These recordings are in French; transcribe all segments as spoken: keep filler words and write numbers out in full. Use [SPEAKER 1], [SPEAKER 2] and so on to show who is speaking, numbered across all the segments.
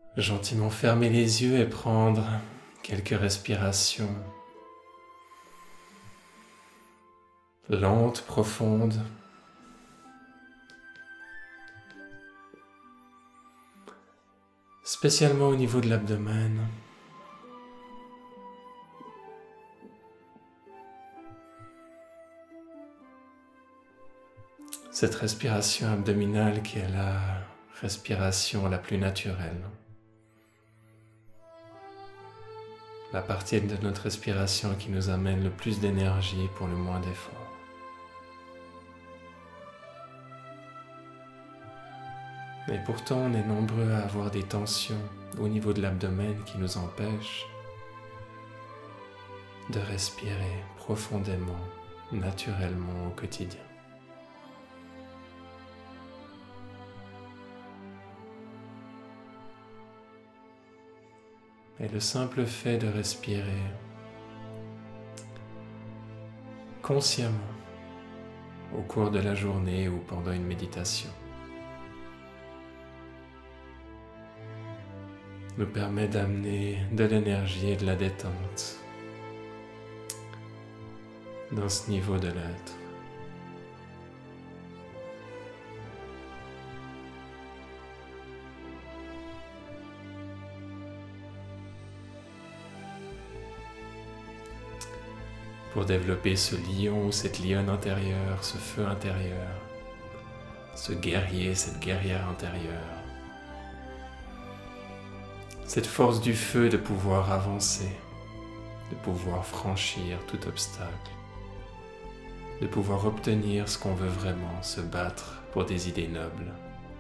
[SPEAKER 1] Gentiment fermer les yeux et prendre quelques respirations lentes, profondes. Spécialement au niveau de l'abdomen. Cette respiration abdominale qui est la respiration la plus naturelle. La partie de notre respiration qui nous amène le plus d'énergie pour le moins d'efforts. Et pourtant, on est nombreux à avoir des tensions au niveau de l'abdomen qui nous empêchent de respirer profondément, naturellement au quotidien. Et le simple fait de respirer consciemment au cours de la journée ou pendant une méditation nous permet d'amener de l'énergie et de la détente dans ce niveau de l'être. Pour développer ce lion ou cette lionne intérieure, ce feu intérieur, ce guerrier, cette guerrière intérieure, cette force du feu de pouvoir avancer, de pouvoir franchir tout obstacle, de pouvoir obtenir ce qu'on veut vraiment, se battre pour des idées nobles.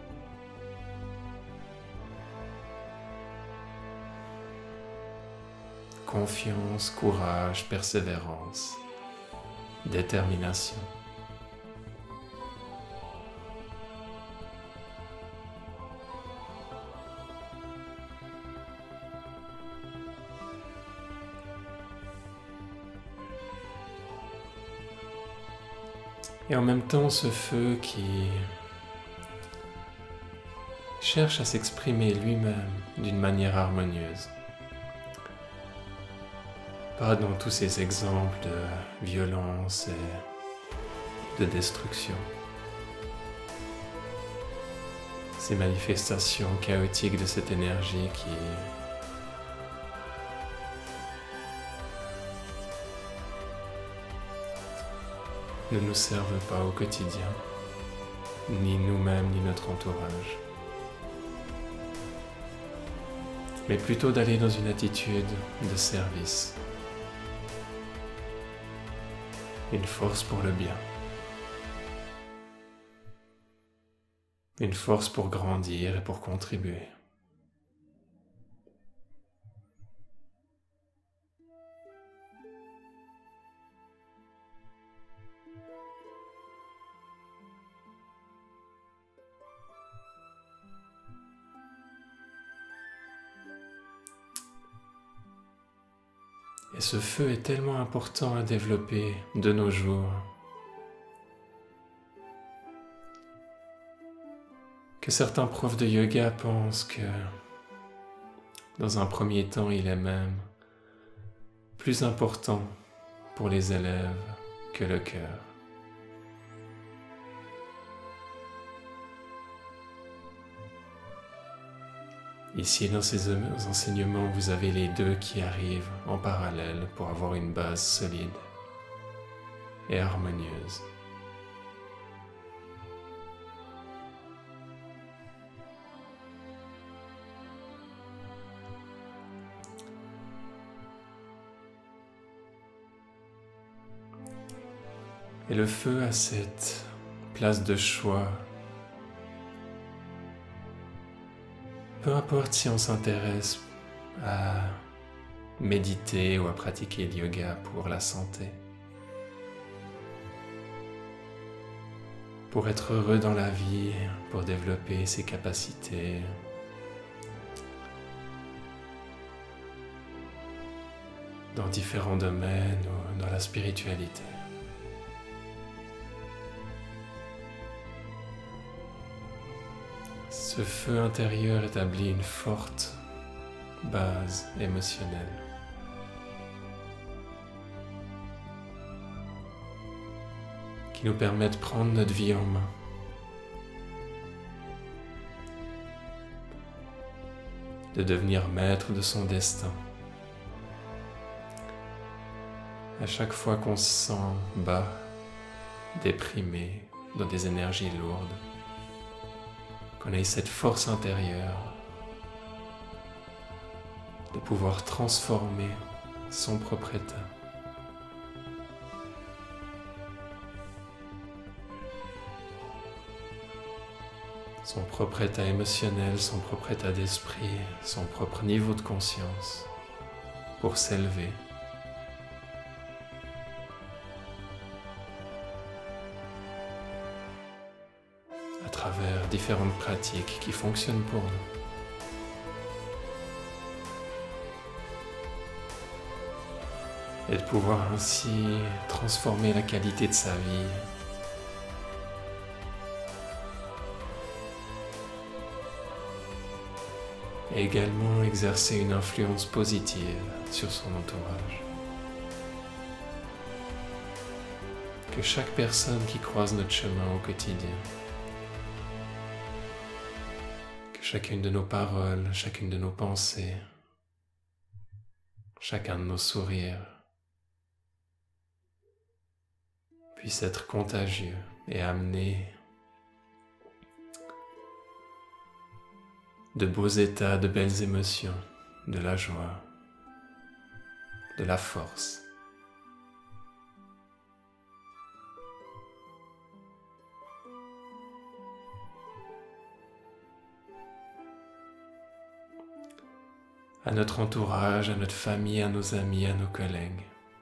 [SPEAKER 1] Confiance, courage, persévérance, détermination. Et en même temps, ce feu qui cherche à s'exprimer lui-même d'une manière harmonieuse. Pas dans tous ces exemples de violence et de destruction. Ces manifestations chaotiques de cette énergie qui ne nous servent pas au quotidien, ni nous-mêmes, ni notre entourage. Mais plutôt d'aller dans une attitude de service. Une force pour le bien. Une force pour grandir et pour contribuer. Et ce feu est tellement important à développer de nos jours que certains profs de yoga pensent que dans un premier temps, il est même plus important pour les élèves que le cœur. Ici, dans ces enseignements, vous avez les deux qui arrivent en parallèle pour avoir une base solide et harmonieuse. Et le feu a cette place de choix. Peu importe si on s'intéresse à méditer ou à pratiquer le yoga pour la santé, pour être heureux dans la vie, pour développer ses capacités, dans différents domaines ou dans la spiritualité. Ce feu intérieur établit une forte base émotionnelle. Qui nous permet de prendre notre vie en main. De devenir maître de son destin. À chaque fois qu'on se sent bas, déprimé, dans des énergies lourdes, qu'on ait cette force intérieure de pouvoir transformer son propre état. Son propre état émotionnel, son propre état d'esprit, son propre niveau de conscience pour s'élever. À travers différentes pratiques qui fonctionnent pour nous. Et de pouvoir ainsi transformer la qualité de sa vie. Et également exercer une influence positive sur son entourage. Que chaque personne qui croise notre chemin au quotidien, que chacune de nos paroles, chacune de nos pensées, chacun de nos sourires puisse être contagieux et amener de beaux états, de belles émotions, de la joie, de la force. À notre entourage, à notre famille, à nos amis, à nos collègues.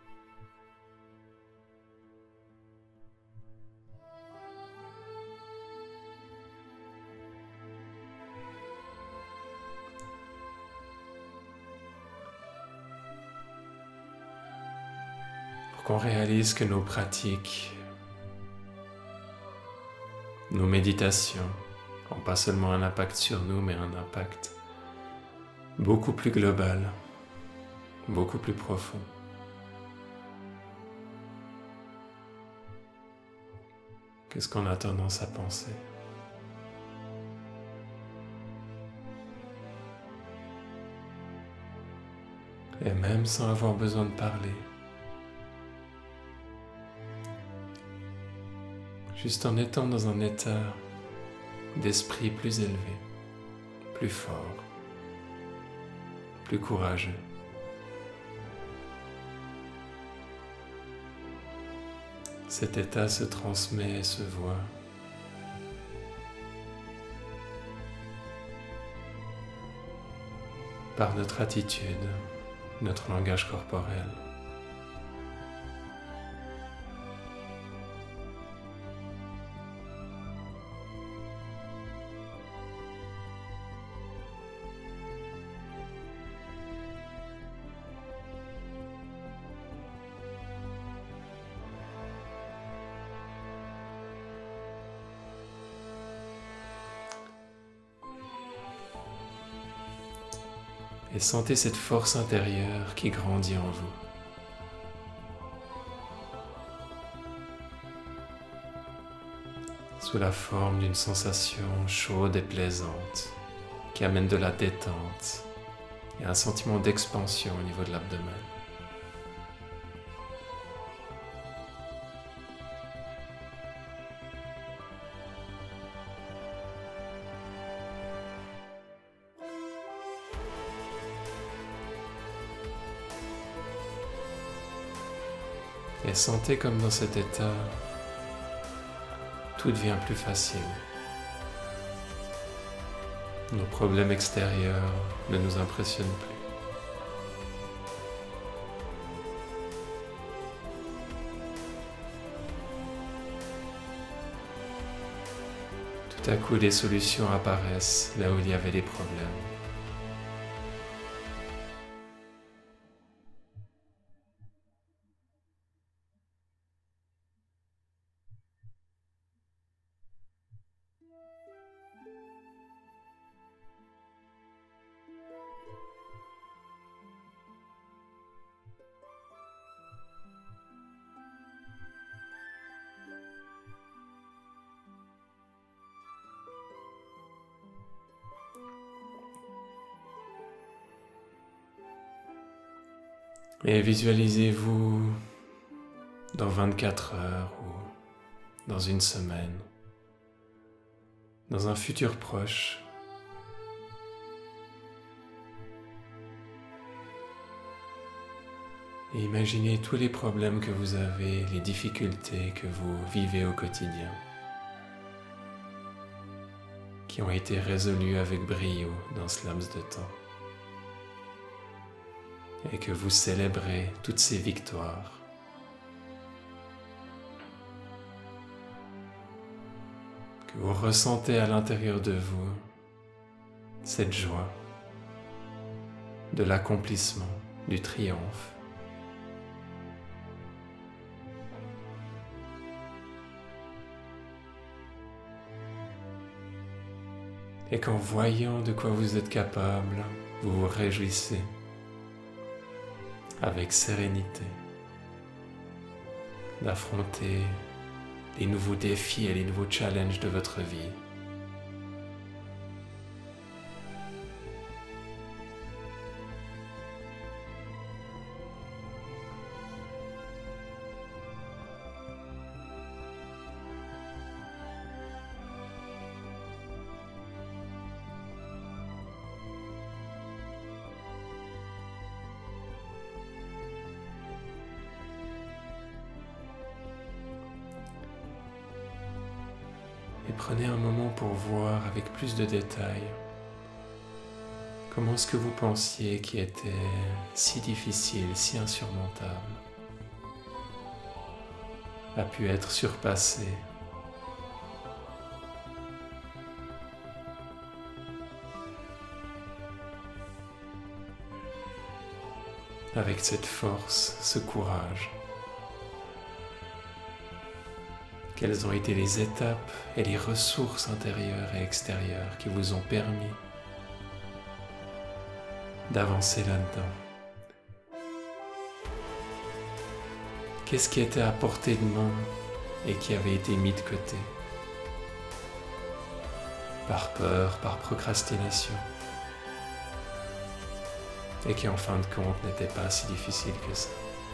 [SPEAKER 1] Qu'on réalise que nos pratiques, nos méditations n'ont pas seulement un impact sur nous, mais un impact beaucoup plus global, beaucoup plus profond. Qu'est-ce qu'on a tendance à penser? Et même sans avoir besoin de parler. Juste en étant dans un état d'esprit plus élevé, plus fort, plus courageux. Cet état se transmet et se voit. Par notre attitude, notre langage corporel. Et sentez cette force intérieure qui grandit en vous. Sous la forme d'une sensation chaude et plaisante qui amène de la détente et un sentiment d'expansion au niveau de l'abdomen. Et sentez comme dans cet état, tout devient plus facile. Nos problèmes extérieurs ne nous impressionnent plus. Tout à coup, des solutions apparaissent là où il y avait des problèmes. Et visualisez-vous dans vingt-quatre heures ou dans une semaine, dans un futur proche, et imaginez tous les problèmes que vous avez, les difficultés que vous vivez au quotidien, qui ont été résolus avec brio dans ce laps de temps, et que vous célébrez toutes ces victoires. Que vous ressentez à l'intérieur de vous cette joie de l'accomplissement, du triomphe. Et qu'en voyant de quoi vous êtes capable, vous vous réjouissez avec sérénité d'affronter les nouveaux défis et les nouveaux challenges de votre vie. Et prenez un moment pour voir avec plus de détails comment ce que vous pensiez qui était si difficile, si insurmontable, a pu être surpassé. Avec cette force, ce courage. Quelles ont été les étapes et les ressources intérieures et extérieures qui vous ont permis d'avancer là-dedans? Qu'est-ce qui était à portée de main et qui avait été mis de côté? Par peur, par procrastination, et qui en fin de compte n'était pas si difficile que ça.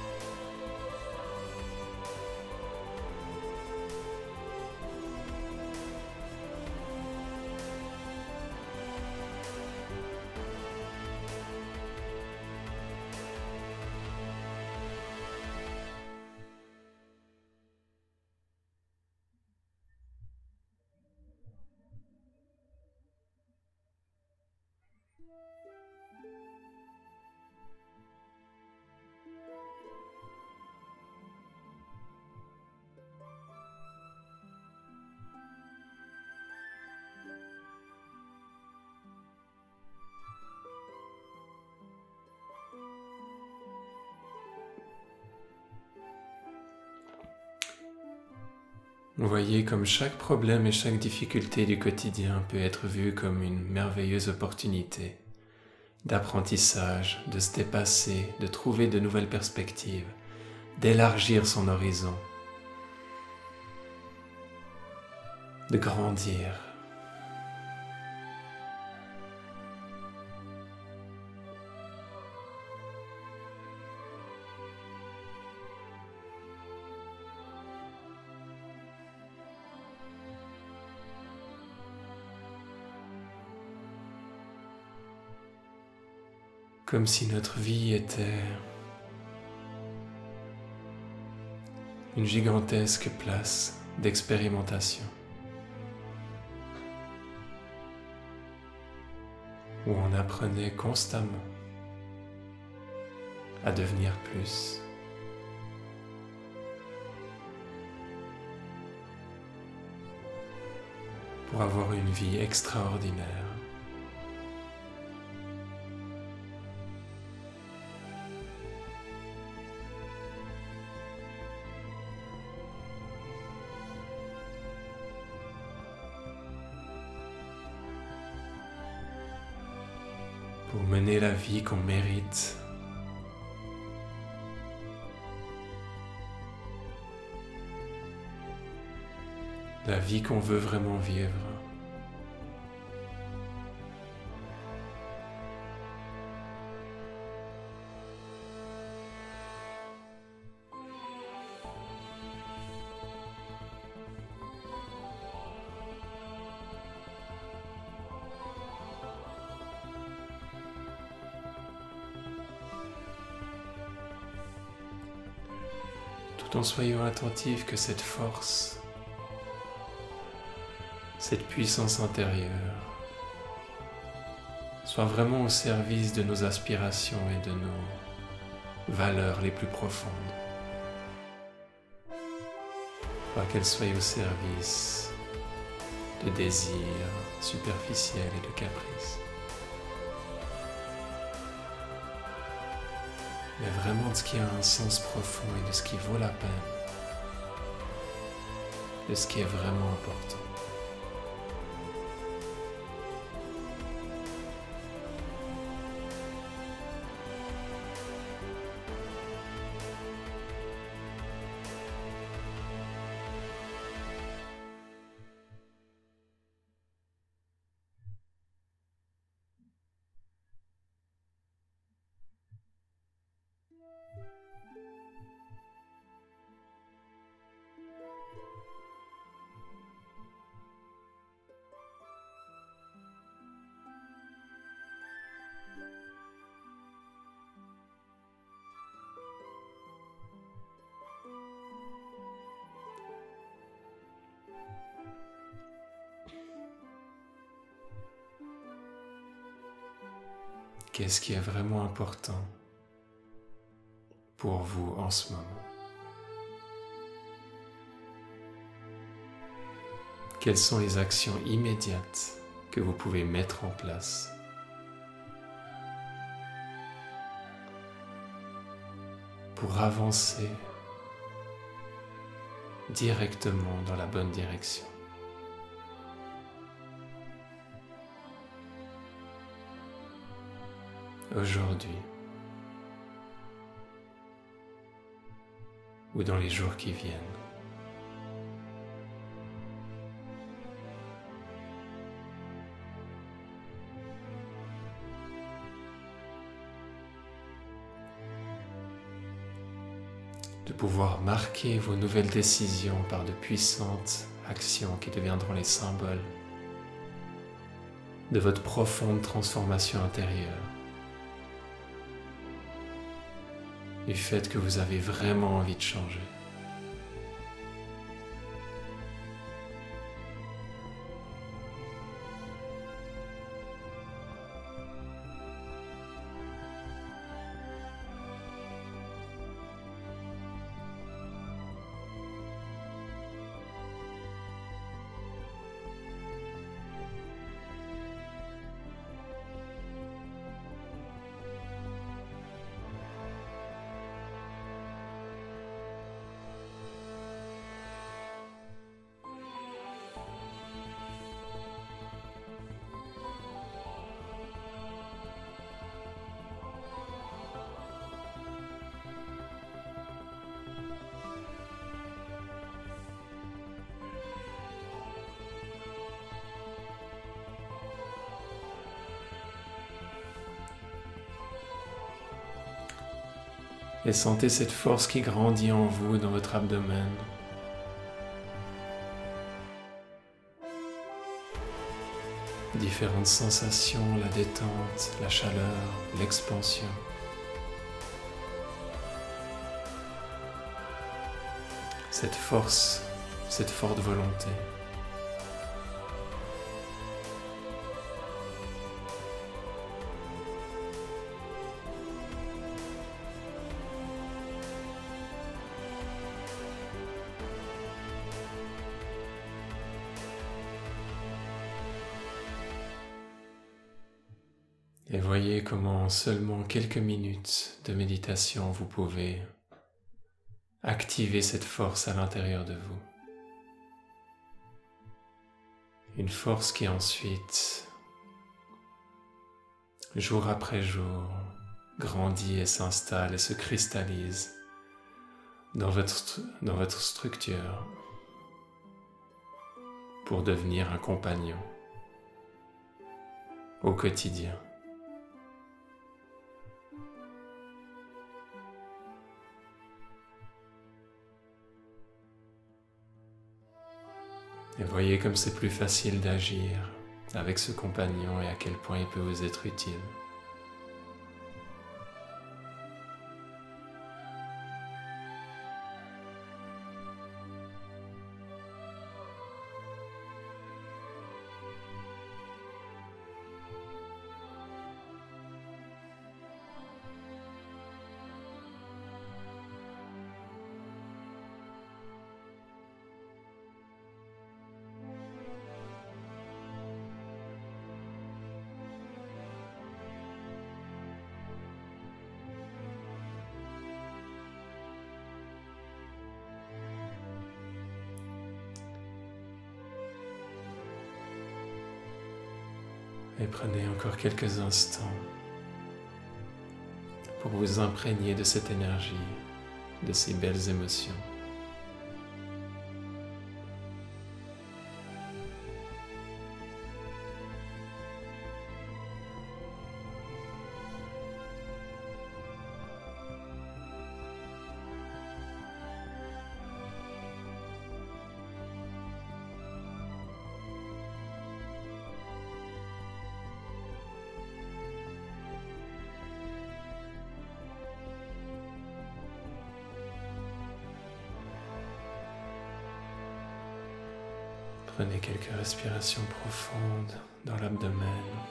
[SPEAKER 1] Vous voyez comme chaque problème et chaque difficulté du quotidien peut être vu comme une merveilleuse opportunité d'apprentissage, de se dépasser, de trouver de nouvelles perspectives, d'élargir son horizon, de grandir. Comme si notre vie était une gigantesque place d'expérimentation, où on apprenait constamment à devenir plus. Pour avoir une vie extraordinaire. Pour mener la vie qu'on mérite. La vie qu'on veut vraiment vivre. tout en soyant attentif que cette force, cette puissance intérieure soit vraiment au service de nos aspirations et de nos valeurs les plus profondes. Pas qu'elle soit au service de désirs superficiels et de caprices, mais vraiment de ce qui a un sens profond et de ce qui vaut la peine, de ce qui est vraiment important. Qu'est-ce qui est vraiment important pour vous en ce moment? Quelles sont les actions immédiates que vous pouvez mettre en place pour avancer directement dans la bonne direction? Aujourd'hui ou dans les jours qui viennent. De pouvoir marquer vos nouvelles décisions par de puissantes actions qui deviendront les symboles de votre profonde transformation intérieure. Du fait que vous avez vraiment envie de changer. Et sentez cette force qui grandit en vous dans votre abdomen. Différentes sensations, la détente, la chaleur, l'expansion. Cette force, cette forte volonté. Et voyez comment en seulement quelques minutes de méditation, vous pouvez activer cette force à l'intérieur de vous. Une force qui ensuite, jour après jour, grandit et s'installe et se cristallise dans votre, dans votre structure pour devenir un compagnon au quotidien. Et voyez comme c'est plus facile d'agir avec ce compagnon et à quel point il peut vous être utile. Et prenez encore quelques instants pour vous imprégner de cette énergie, de ces belles émotions. Prenez quelques respirations profondes dans l'abdomen.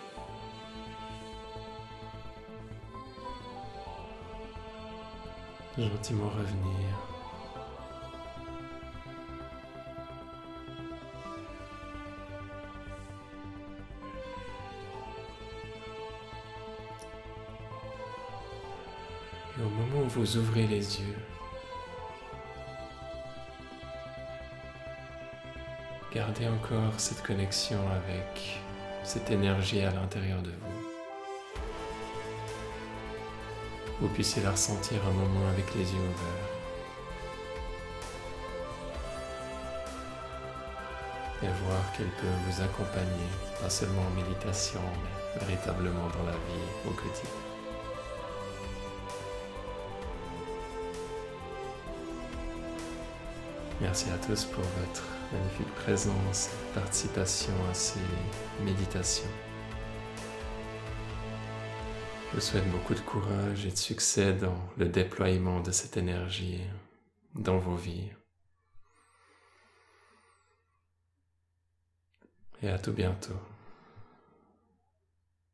[SPEAKER 1] Gentiment revenir. Et au moment où vous ouvrez les yeux, gardez encore cette connexion avec cette énergie à l'intérieur de vous. Vous puissiez la ressentir un moment avec les yeux ouverts. Et voir qu'elle peut vous accompagner, pas seulement en méditation, mais véritablement dans la vie au quotidien. Merci à tous pour votre magnifique présence et participation à ces méditations. Je vous souhaite beaucoup de courage et de succès dans le déploiement de cette énergie dans vos vies. Et à tout bientôt.